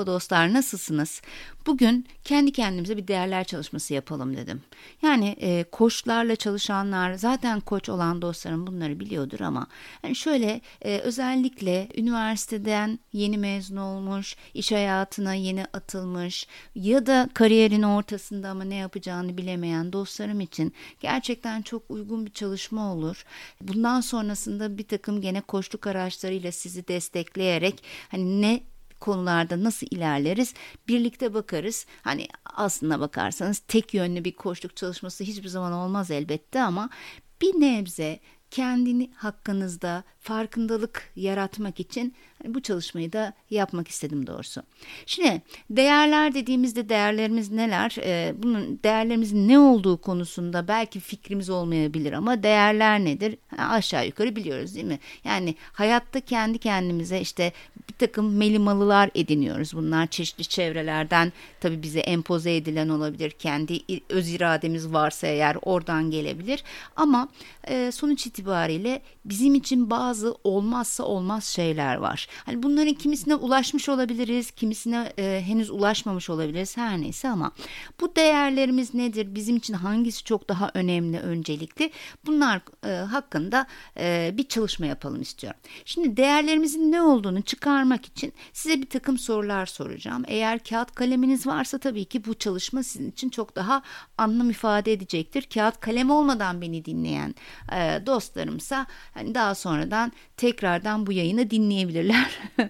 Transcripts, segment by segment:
Merhaba dostlar, nasılsınız? Bugün kendi kendimize bir değerler çalışması yapalım dedim. Yani koçlarla çalışanlar, zaten koç olan dostlarım bunları biliyordur ama yani şöyle özellikle üniversiteden yeni mezun olmuş, iş hayatına yeni atılmış ya da kariyerin ortasında ama ne yapacağını bilemeyen dostlarım için gerçekten çok uygun bir çalışma olur. Bundan sonrasında bir takım gene koçluk araçlarıyla sizi destekleyerek hani ne konularda nasıl ilerleriz birlikte bakarız. Hani aslına bakarsanız tek yönlü bir koçluk çalışması hiçbir zaman olmaz elbette ama bir nebze kendini hakkınızda farkındalık yaratmak için bu çalışmayı da yapmak istedim doğrusu. Şimdi değerler dediğimizde değerlerimiz neler? Bunun değerlerimizin ne olduğu konusunda belki fikrimiz olmayabilir ama değerler nedir? Aşağı yukarı biliyoruz değil mi? Yani hayatta kendi kendimize işte bir takım melimalılar ediniyoruz. Bunlar çeşitli çevrelerden tabii bize empoze edilen olabilir. Kendi öz irademiz varsa eğer oradan gelebilir. Ama sonuç itibariyle bizim için bazı olmazsa olmaz şeyler var. Hani bunların kimisine ulaşmış olabiliriz, kimisine henüz ulaşmamış olabiliriz her neyse ama bu değerlerimiz nedir? Bizim için hangisi çok daha önemli, öncelikli? Bunlar hakkında bir çalışma yapalım istiyorum. Şimdi değerlerimizin ne olduğunu çıkarmak için size bir takım sorular soracağım. Eğer kağıt kaleminiz varsa tabii ki bu çalışma sizin için çok daha anlam ifade edecektir. Kağıt kalem olmadan beni dinleyen dostlarımsa hani daha sonradan tekrardan bu yayını dinleyebilirler.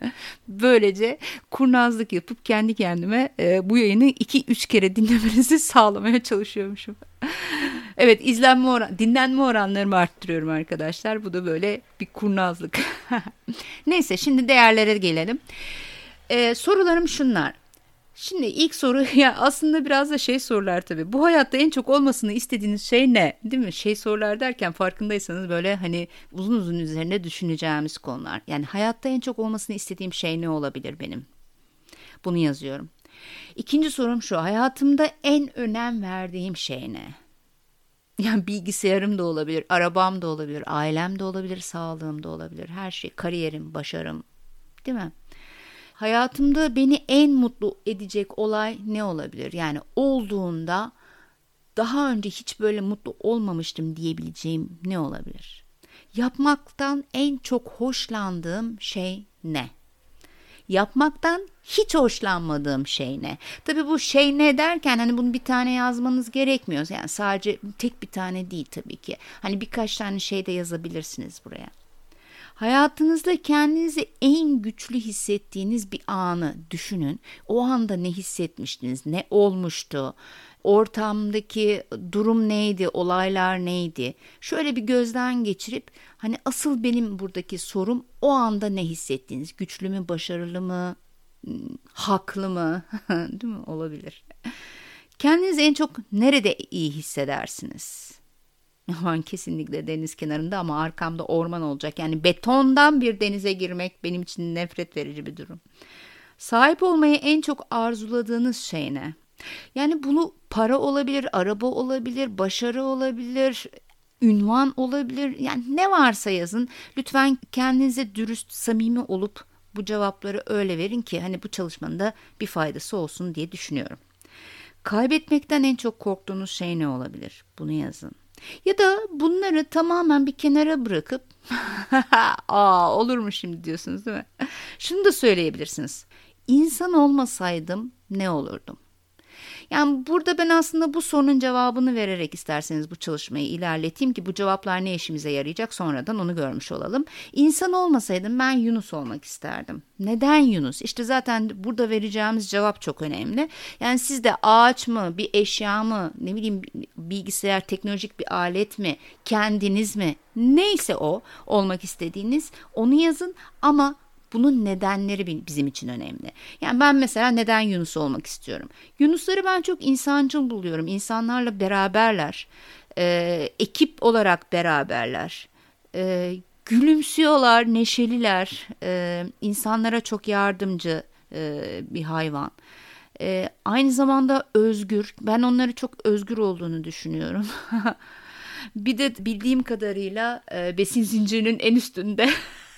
Böylece kurnazlık yapıp kendi kendime bu yayını 2-3 kere dinlemenizi sağlamaya çalışıyormuşum. Evet, dinlenme oranlarımı arttırıyorum arkadaşlar. Bu da böyle bir kurnazlık. Neyse, şimdi değerlere gelelim. Sorularım şunlar. Şimdi ilk soru ya aslında biraz da sorular tabii. Bu hayatta en çok olmasını istediğiniz şey ne? Değil mi? Sorular derken farkındaysanız böyle hani uzun uzun üzerine düşüneceğimiz konular. Yani hayatta en çok olmasını istediğim şey ne olabilir benim? Bunu yazıyorum. İkinci sorum şu. Hayatımda en önem verdiğim şey ne? Yani bilgisayarım da olabilir, arabam da olabilir, ailem de olabilir, sağlığım da olabilir. Her şey, kariyerim, başarım, değil mi? Hayatımda beni en mutlu edecek olay ne olabilir? Yani olduğunda daha önce hiç böyle mutlu olmamıştım diyebileceğim ne olabilir? Yapmaktan en çok hoşlandığım şey ne? Yapmaktan hiç hoşlanmadığım şey ne? Tabii bu şey ne derken hani bunu bir tane yazmanız gerekmiyor. Yani sadece tek bir tane değil tabii ki. Hani birkaç tane şey de yazabilirsiniz buraya. Hayatınızda kendinizi en güçlü hissettiğiniz bir anı düşünün. O anda ne hissetmiştiniz? Ne olmuştu? Ortamdaki durum neydi? Olaylar neydi? Şöyle bir gözden geçirip hani asıl benim buradaki sorum o anda ne hissettiniz? Güçlü mü, başarılı mı, haklı mı? Değil mi? Olabilir. Kendinizi en çok nerede iyi hissedersiniz? Aman kesinlikle deniz kenarında ama arkamda orman olacak. Yani betondan bir denize girmek benim için nefret verici bir durum. Sahip olmayı en çok arzuladığınız şey ne? Yani bunu para olabilir, araba olabilir, başarı olabilir, ünvan olabilir. Yani ne varsa yazın. Lütfen kendinize dürüst, samimi olup bu cevapları öyle verin ki hani bu çalışmanın da bir faydası olsun diye düşünüyorum. Kaybetmekten en çok korktuğunuz şey ne olabilir? Bunu yazın. Ya da bunları tamamen bir kenara bırakıp olur mu şimdi diyorsunuz değil mi? Şunu da söyleyebilirsiniz. İnsan olmasaydım ne olurdum? Yani burada ben aslında bu sorunun cevabını vererek isterseniz bu çalışmayı ilerleteyim ki bu cevaplar ne işimize yarayacak sonradan onu görmüş olalım. İnsan olmasaydım ben Yunus olmak isterdim. Neden Yunus? İşte zaten burada vereceğimiz cevap çok önemli. Yani siz de ağaç mı, bir eşya mı, ne bileyim bilgisayar, teknolojik bir alet mi, kendiniz mi? Neyse o olmak istediğiniz onu yazın ama bunun nedenleri bizim için önemli. Yani ben mesela neden Yunus olmak istiyorum? Yunusları ben çok insancıl buluyorum. İnsanlarla beraberler. Ekip olarak beraberler. Gülümsüyorlar, neşeliler. İnsanlara çok yardımcı bir hayvan. Aynı zamanda özgür. Ben onları çok özgür olduğunu düşünüyorum. Bir de bildiğim kadarıyla besin zincirinin en üstünde.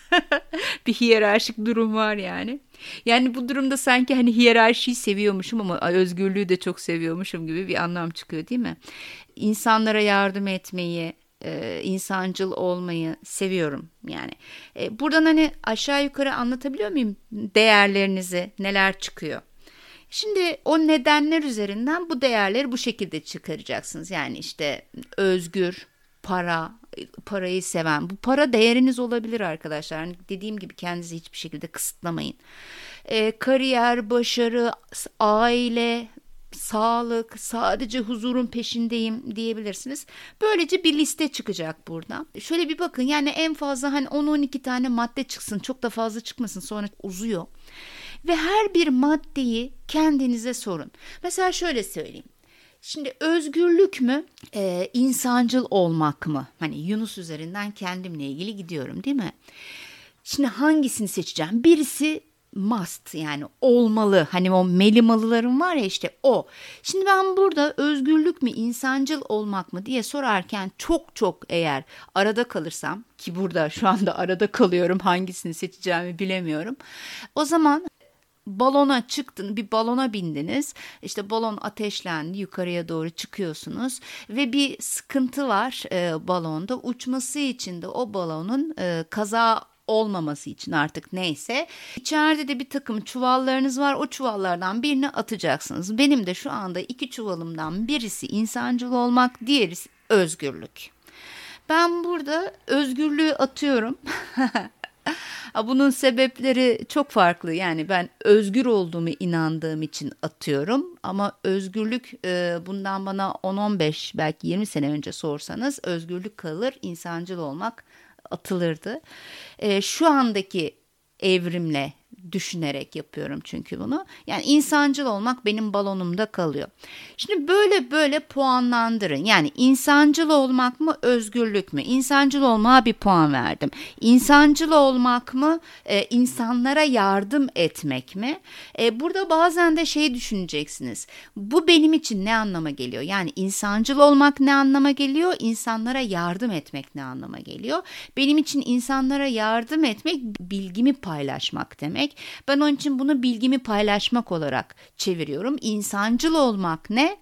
Bir hiyerarşik durum var yani. Yani bu durumda sanki hani hiyerarşiyi seviyormuşum ama özgürlüğü de çok seviyormuşum gibi bir anlam çıkıyor, değil mi? İnsanlara yardım etmeyi, insancıl olmayı seviyorum yani. Buradan hani aşağı yukarı anlatabiliyor muyum değerlerinizi, neler çıkıyor? Şimdi o nedenler üzerinden bu değerleri bu şekilde çıkaracaksınız. Yani işte özgür, para, parayı seven. Bu para değeriniz olabilir arkadaşlar. Yani dediğim gibi kendinizi hiçbir şekilde kısıtlamayın. Kariyer, başarı, aile, sağlık, sadece huzurun peşindeyim diyebilirsiniz. Böylece bir liste çıkacak burada. Şöyle bir bakın, yani en fazla hani 10-12 tane madde çıksın. Çok da fazla çıkmasın, sonra uzuyor. Ve her bir maddeyi kendinize sorun. Mesela şöyle söyleyeyim. Şimdi özgürlük mü, insancıl olmak mı? Hani Yunus üzerinden kendimle ilgili gidiyorum, değil mi? Şimdi hangisini seçeceğim? Birisi must, yani olmalı. Hani o melimalıların var ya, işte o. Şimdi ben burada özgürlük mü, insancıl olmak mı diye sorarken çok eğer arada kalırsam, ki burada şu anda arada kalıyorum, hangisini seçeceğimi bilemiyorum. O zaman balona çıktın, bir balona bindiniz, işte balon ateşlendi, yukarıya doğru çıkıyorsunuz ve bir sıkıntı var balonda, uçması için de o balonun kaza olmaması için artık neyse, içeride de bir takım çuvallarınız var, o çuvallardan birini atacaksınız. Benim de şu anda 2 çuvalımdan birisi insancıl olmak, diğeri özgürlük. Ben burada özgürlüğü atıyorum. Bunun sebepleri çok farklı. Yani ben özgür olduğumu inandığım için atıyorum. Ama özgürlük, bundan bana 10-15 belki 20 sene önce sorsanız özgürlük kalır, insancıl olmak atılırdı. Şu andaki evrimle düşünerek yapıyorum çünkü bunu. Yani insancıl olmak benim balonumda kalıyor. Şimdi böyle puanlandırın. Yani insancıl olmak mı, özgürlük mü? İnsancıl olmaya bir puan verdim. İnsancıl olmak mı, insanlara yardım etmek mi? Burada bazen de şey düşüneceksiniz. Bu benim için ne anlama geliyor? Yani insancıl olmak ne anlama geliyor? İnsanlara yardım etmek ne anlama geliyor? Benim için insanlara yardım etmek bilgimi paylaşmak demek. Ben onun için bunu bilgimi paylaşmak olarak çeviriyorum. İnsancıl olmak ne?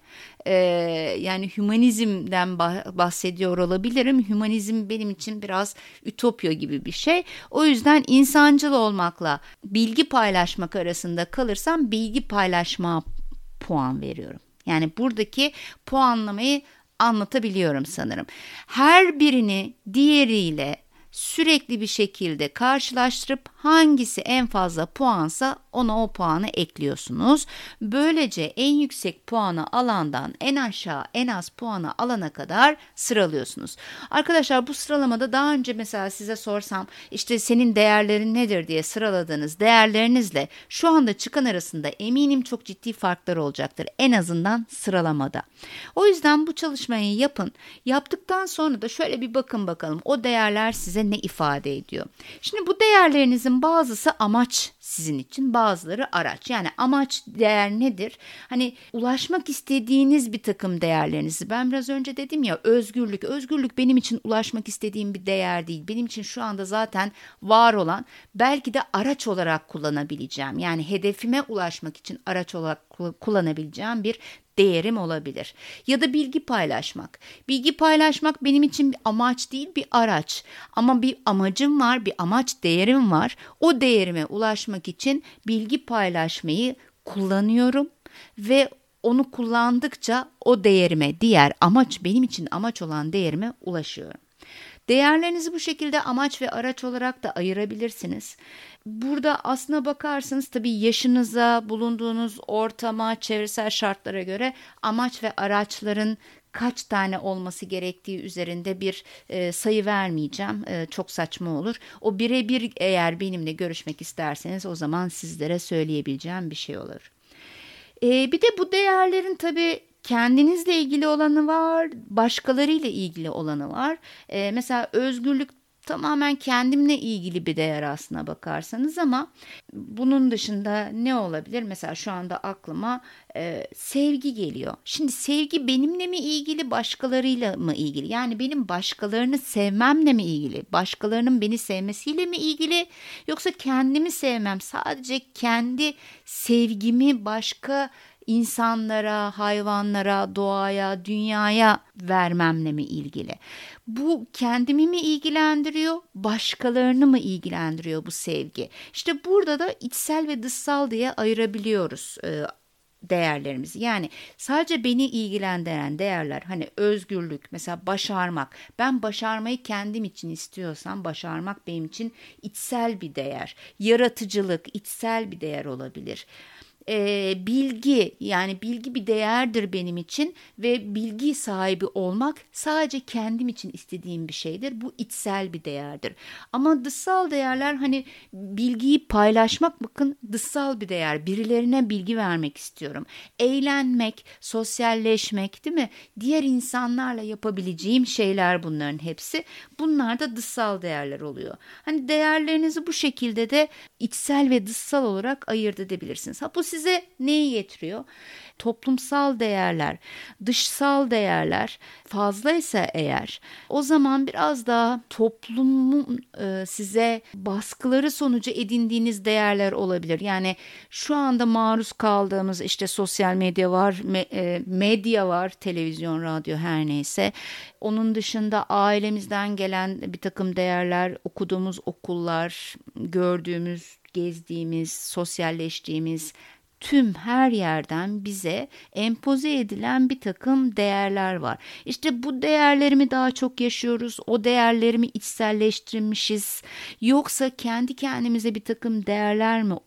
Yani hümanizmden bahsediyor olabilirim. Hümanizm benim için biraz ütopya gibi bir şey. O yüzden insancıl olmakla bilgi paylaşmak arasında kalırsam bilgi paylaşmaya puan veriyorum. Yani buradaki puanlamayı anlatabiliyorum sanırım. Her birini diğeriyle sürekli bir şekilde karşılaştırıp hangisi en fazla puansa ona o puanı ekliyorsunuz. Böylece en yüksek puanı alandan en aşağı en az puanı alana kadar sıralıyorsunuz. Arkadaşlar, bu sıralamada daha önce mesela size sorsam işte senin değerlerin nedir diye sıraladığınız değerlerinizle şu anda çıkan arasında eminim çok ciddi farklar olacaktır. En azından sıralamada. O yüzden bu çalışmayı yapın. Yaptıktan sonra da şöyle bir bakın bakalım o değerler size ne ifade ediyor. Şimdi bu değerlerinizin bazısı amaç sizin için, bazıları araç. Yani amaç değer nedir? Hani ulaşmak istediğiniz bir takım değerlerinizi. Ben biraz önce dedim ya, özgürlük. Özgürlük benim için ulaşmak istediğim bir değer değil. Benim için şu anda zaten var olan, belki de araç olarak kullanabileceğim. Yani hedefime ulaşmak için araç olarak kullanabileceğim bir değerim olabilir. Ya da bilgi paylaşmak. Bilgi paylaşmak benim için bir amaç değil, bir araç. Ama bir amacım var, bir amaç değerim var. O değerime ulaşmak için bilgi paylaşmayı kullanıyorum ve onu kullandıkça o değerime, diğer amaç, benim için amaç olan değerime ulaşıyorum. Değerlerinizi bu şekilde amaç ve araç olarak da ayırabilirsiniz. Burada aslına bakarsanız tabii yaşınıza, bulunduğunuz ortama, çevresel şartlara göre amaç ve araçların kaç tane olması gerektiği üzerinde bir sayı vermeyeceğim. Çok saçma olur. O birebir eğer benimle görüşmek isterseniz o zaman sizlere söyleyebileceğim bir şey olur. Bir de bu değerlerin tabii kendinizle ilgili olanı var, başkalarıyla ilgili olanı var. Mesela özgürlük tamamen kendimle ilgili bir değer aslına bakarsanız, ama bunun dışında ne olabilir? Mesela şu anda aklıma sevgi geliyor. Şimdi sevgi benimle mi ilgili, başkalarıyla mı ilgili? Yani benim başkalarını sevmemle mi ilgili? Başkalarının beni sevmesiyle mi ilgili? Yoksa kendimi sevmem, sadece kendi sevgimi başka insanlara, hayvanlara, doğaya, dünyaya vermemle mi ilgili? Bu kendimi mi ilgilendiriyor, başkalarını mı ilgilendiriyor bu sevgi? İşte burada da içsel ve dışsal diye ayırabiliyoruz değerlerimizi. Yani sadece beni ilgilendiren değerler, hani özgürlük, mesela başarmak. Ben başarmayı kendim için istiyorsam başarmak benim için içsel bir değer. Yaratıcılık içsel bir değer olabilir. Bilgi, yani bilgi bir değerdir benim için ve bilgi sahibi olmak sadece kendim için istediğim bir şeydir. Bu içsel bir değerdir. Ama dışsal değerler, hani bilgiyi paylaşmak, bakın dışsal bir değer. Birilerine bilgi vermek istiyorum. Eğlenmek, sosyalleşmek, değil mi? Diğer insanlarla yapabileceğim şeyler bunların hepsi. Bunlar da dışsal değerler oluyor. Hani değerlerinizi bu şekilde de içsel ve dışsal olarak ayırt edebilirsiniz. Bu size neyi getiriyor? Toplumsal değerler, dışsal değerler fazlaysa eğer, o zaman biraz daha toplumun size baskıları sonucu edindiğiniz değerler olabilir. Yani şu anda maruz kaldığımız işte sosyal medya var, medya var, televizyon, radyo, her neyse. Onun dışında ailemizden gelen bir takım değerler, okuduğumuz okullar, gördüğümüz, gezdiğimiz, sosyalleştiğimiz tüm her yerden bize empoze edilen bir takım değerler var. İşte bu değerlerimi daha çok yaşıyoruz, o değerlerimi içselleştirmişiz. Yoksa kendi kendimize bir takım değerler mi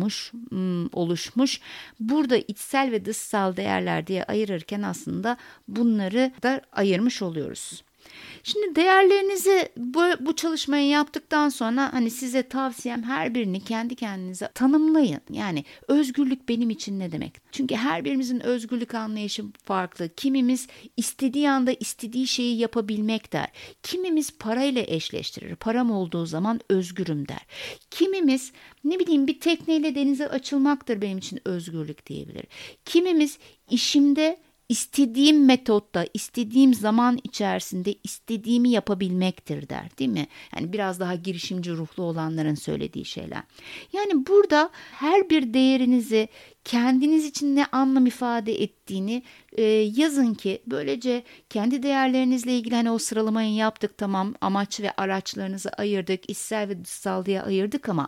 oluşmuş? Burada içsel ve dışsal değerler diye ayırırken aslında bunları da ayırmış oluyoruz. Şimdi değerlerinizi bu çalışmayı yaptıktan sonra hani size tavsiyem, her birini kendi kendinize tanımlayın. Yani özgürlük benim için ne demek? Çünkü her birimizin özgürlük anlayışı farklı. Kimimiz istediği anda istediği şeyi yapabilmek der. Kimimiz parayla eşleştirir. Param olduğu zaman özgürüm der. Kimimiz ne bileyim bir tekneyle denize açılmaktır benim için özgürlük diyebilir. Kimimiz işimde İstediğim metotta, istediğim zaman içerisinde istediğimi yapabilmektir der, değil mi? Yani biraz daha girişimci ruhlu olanların söylediği şeyler. Yani burada her bir değerinizi, kendiniz için ne anlam ifade ettiğini yazın ki böylece kendi değerlerinizle ilgili hani o sıralamayı yaptık, tamam, amaç ve araçlarınızı ayırdık, içsel ve dışsal diye ayırdık, ama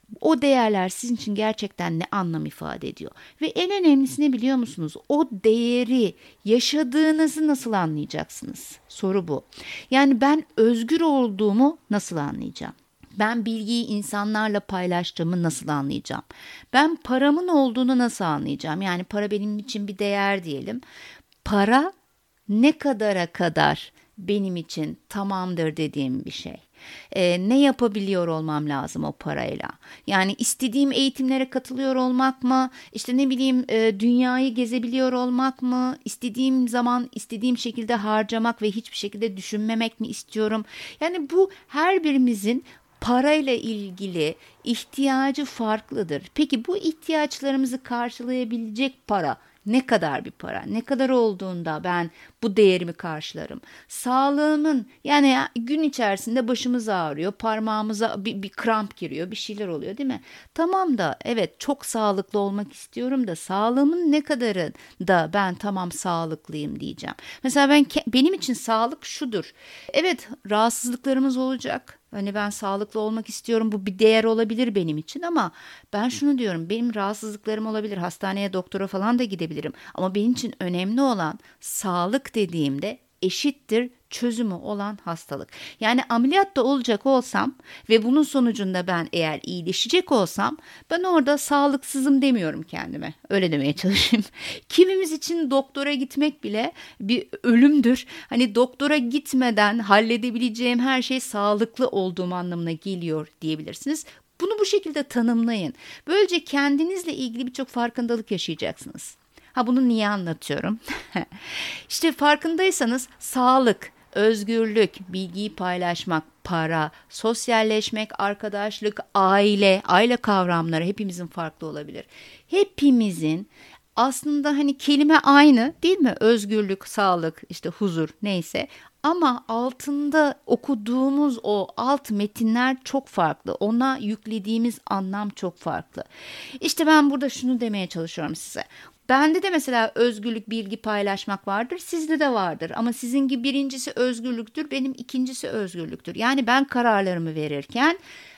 o değerler sizin için gerçekten ne anlam ifade ediyor? Ve en önemlisi ne biliyor musunuz? O değeri yaşadığınızı nasıl anlayacaksınız? Soru bu. Yani ben özgür olduğumu nasıl anlayacağım? Ben bilgiyi insanlarla paylaştığımı nasıl anlayacağım? Ben paramın olduğunu nasıl anlayacağım? Yani para benim için bir değer diyelim. Para ne kadara kadar benim için tamamdır dediğim bir şey. Ne yapabiliyor olmam lazım o parayla? Yani istediğim eğitimlere katılıyor olmak mı? İşte ne bileyim dünyayı gezebiliyor olmak mı? İstediğim zaman istediğim şekilde harcamak ve hiçbir şekilde düşünmemek mi istiyorum? Yani bu her birimizin parayla ilgili ihtiyacı farklıdır. Peki bu ihtiyaçlarımızı karşılayabilecek para ne kadar bir para? Ne kadar olduğunda ben bu değerimi karşılarım? Sağlığımın, yani gün içerisinde başımız ağrıyor, parmağımıza bir kramp giriyor, bir şeyler oluyor, değil mi? Tamam da evet, çok sağlıklı olmak istiyorum da sağlığımın ne kadarı da ben tamam sağlıklıyım diyeceğim. Mesela benim için sağlık şudur. Evet, rahatsızlıklarımız olacak. Hani ben sağlıklı olmak istiyorum, bu bir değer olabilir benim için, ama ben şunu diyorum, benim rahatsızlıklarım olabilir, hastaneye, doktora falan da gidebilirim, ama benim için önemli olan sağlık dediğimde eşittir çözümü olan hastalık. Yani ameliyat da olacak olsam ve bunun sonucunda ben eğer iyileşecek olsam, ben orada sağlıksızım demiyorum kendime. Öyle demeye çalışayım. Kimimiz için doktora gitmek bile bir ölümdür. Hani doktora gitmeden halledebileceğim her şey sağlıklı olduğum anlamına geliyor diyebilirsiniz. Bunu bu şekilde tanımlayın. Böylece kendinizle ilgili birçok farkındalık yaşayacaksınız. Bunu niye anlatıyorum? İşte farkındaysanız sağlık, Özgürlük, bilgiyi paylaşmak, para, sosyalleşmek, arkadaşlık, aile kavramları hepimizin farklı olabilir. Hepimizin aslında hani kelime aynı değil mi? Özgürlük, sağlık, işte huzur neyse. Ama altında okuduğumuz o alt metinler çok farklı. Ona yüklediğimiz anlam çok farklı. İşte ben burada şunu demeye çalışıyorum size. Bende de mesela özgürlük, bilgi paylaşmak vardır. Sizde de vardır. Ama sizin gibi birincisi özgürlüktür, benim ikincisi özgürlüktür. Yani ben kararlarımı verirken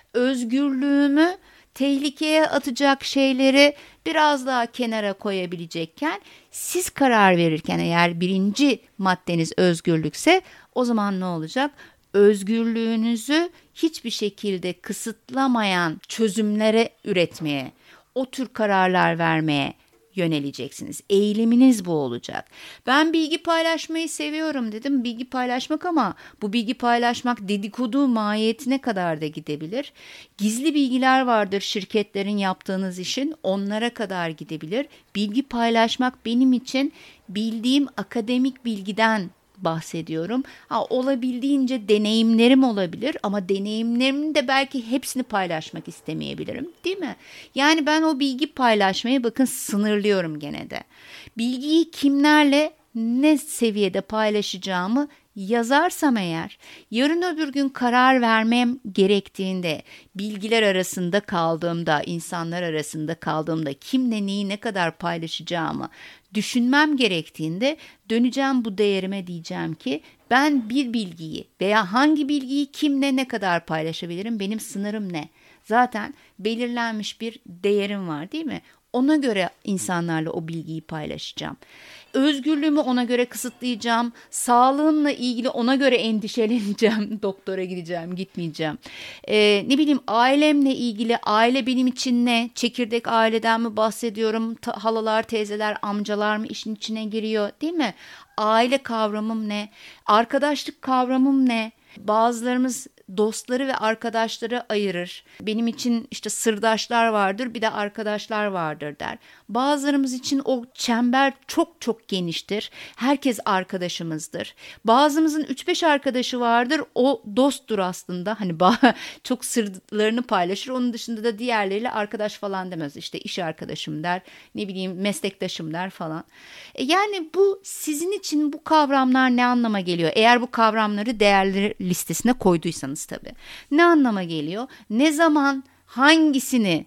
özgürlüğümü tehlikeye atacak şeyleri biraz daha kenara koyabilecekken siz karar verirken eğer birinci maddeniz özgürlükse o zaman ne olacak? Özgürlüğünüzü hiçbir şekilde kısıtlamayan çözümlere üretmeye, o tür kararlar vermeye yöneleceksiniz. Eğiliminiz bu olacak. Ben bilgi paylaşmayı seviyorum dedim. Bilgi paylaşmak ama bu bilgi paylaşmak dedikodu mahiyetine kadar da gidebilir. Gizli bilgiler vardır şirketlerin yaptığınız işin. Onlara kadar gidebilir. Bilgi paylaşmak benim için bildiğim akademik bilgiden bahsediyorum. Olabildiğince deneyimlerim olabilir ama deneyimlerimin de belki hepsini paylaşmak istemeyebilirim, değil mi? Yani ben o bilgi paylaşmayı bakın sınırlıyorum gene de. Bilgiyi kimlerle ne seviyede paylaşacağımı yazarsam eğer yarın öbür gün karar vermem gerektiğinde bilgiler arasında kaldığımda, insanlar arasında kaldığımda kimle neyi ne kadar paylaşacağımı düşünmem gerektiğinde döneceğim bu değerime diyeceğim ki ben bir bilgiyi veya hangi bilgiyi kimle ne kadar paylaşabilirim, benim sınırım ne? Zaten belirlenmiş bir değerim var değil mi? Ona göre insanlarla o bilgiyi paylaşacağım. Özgürlüğümü ona göre kısıtlayacağım. Sağlığımla ilgili ona göre endişeleneceğim. Doktora gideceğim, gitmeyeceğim. Ne bileyim ailemle ilgili aile benim için ne? Çekirdek aileden mi bahsediyorum? Halalar, teyzeler, amcalar mı işin içine giriyor değil mi? Aile kavramım ne? Arkadaşlık kavramım ne? Bazılarımız dostları ve arkadaşları ayırır. Benim için işte sırdaşlar vardır, bir de arkadaşlar vardır der. Bazılarımız için o çember çok çok geniştir. Herkes arkadaşımızdır. Bazımızın 3-5 arkadaşı vardır. O dosttur aslında. Hani çok sırlarını paylaşır. Onun dışında da diğerleriyle arkadaş falan demez. İşte iş arkadaşım der, ne bileyim meslektaşım der falan. Yani bu sizin için bu kavramlar ne anlama geliyor? Eğer bu kavramları değerler listesine koyduysanız tabii. Ne anlama geliyor? Ne zaman hangisini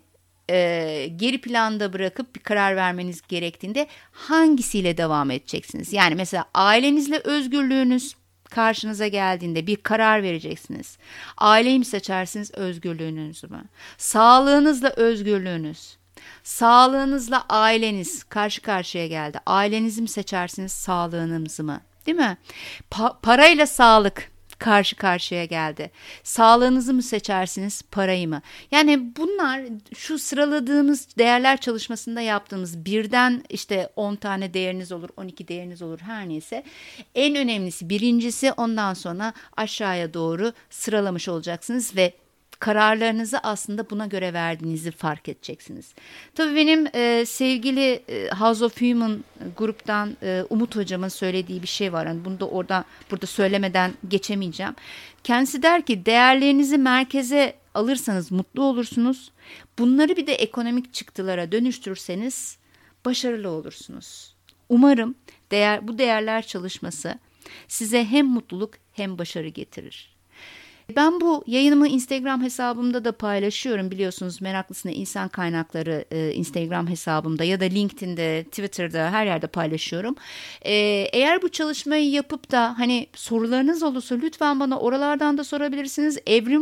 geri planda bırakıp bir karar vermeniz gerektiğinde hangisiyle devam edeceksiniz? Yani mesela ailenizle özgürlüğünüz karşınıza geldiğinde bir karar vereceksiniz. Aileyi mi seçersiniz, özgürlüğünüzü mü? Sağlığınızla özgürlüğünüz. Sağlığınızla aileniz karşı karşıya geldi. Ailenizi mi seçersiniz, sağlığınızı mı? Değil mi? Parayla sağlık karşı karşıya geldi. Sağlığınızı mı seçersiniz, parayı mı? Yani bunlar şu sıraladığımız değerler çalışmasında yaptığımız birden işte 10 tane değeriniz olur, 12 değeriniz olur her neyse. En önemlisi birincisi, ondan sonra aşağıya doğru sıralamış olacaksınız ve kararlarınızı aslında buna göre verdiğinizi fark edeceksiniz. Tabii benim sevgili House of Human gruptan Umut hocamın söylediği bir şey var. Yani bunu da burada söylemeden geçemeyeceğim. Kendisi der ki değerlerinizi merkeze alırsanız mutlu olursunuz. Bunları bir de ekonomik çıktılara dönüştürürseniz başarılı olursunuz. Umarım bu değerler çalışması size hem mutluluk hem başarı getirir. Ben bu yayınımı Instagram hesabımda da paylaşıyorum, biliyorsunuz Meraklısına İnsan Kaynakları Instagram hesabımda ya da LinkedIn'de, Twitter'da her yerde paylaşıyorum. Eğer bu çalışmayı yapıp da hani sorularınız olursa lütfen bana oralardan da sorabilirsiniz.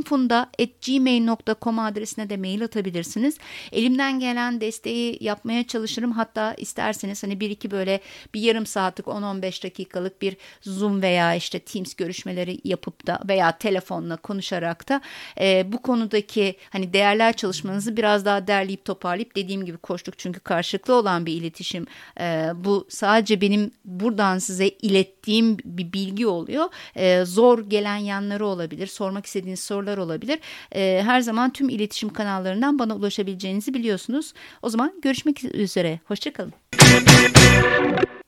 evrimfunda@gmail.com adresine de mail atabilirsiniz. Elimden gelen desteği yapmaya çalışırım. Hatta isterseniz hani bir iki böyle bir yarım saatlik 10-15 dakikalık bir Zoom veya işte Teams görüşmeleri yapıp da veya telefonla konuşarak da bu konudaki hani değerler çalışmanızı biraz daha derleyip toparlayıp, dediğim gibi koştuk çünkü karşılıklı olan bir iletişim, bu sadece benim buradan size ilettiğim bir bilgi oluyor. Zor gelen yanları olabilir, sormak istediğiniz sorular olabilir. Her zaman tüm iletişim kanallarından bana ulaşabileceğinizi biliyorsunuz. O zaman görüşmek üzere, hoşça kalın.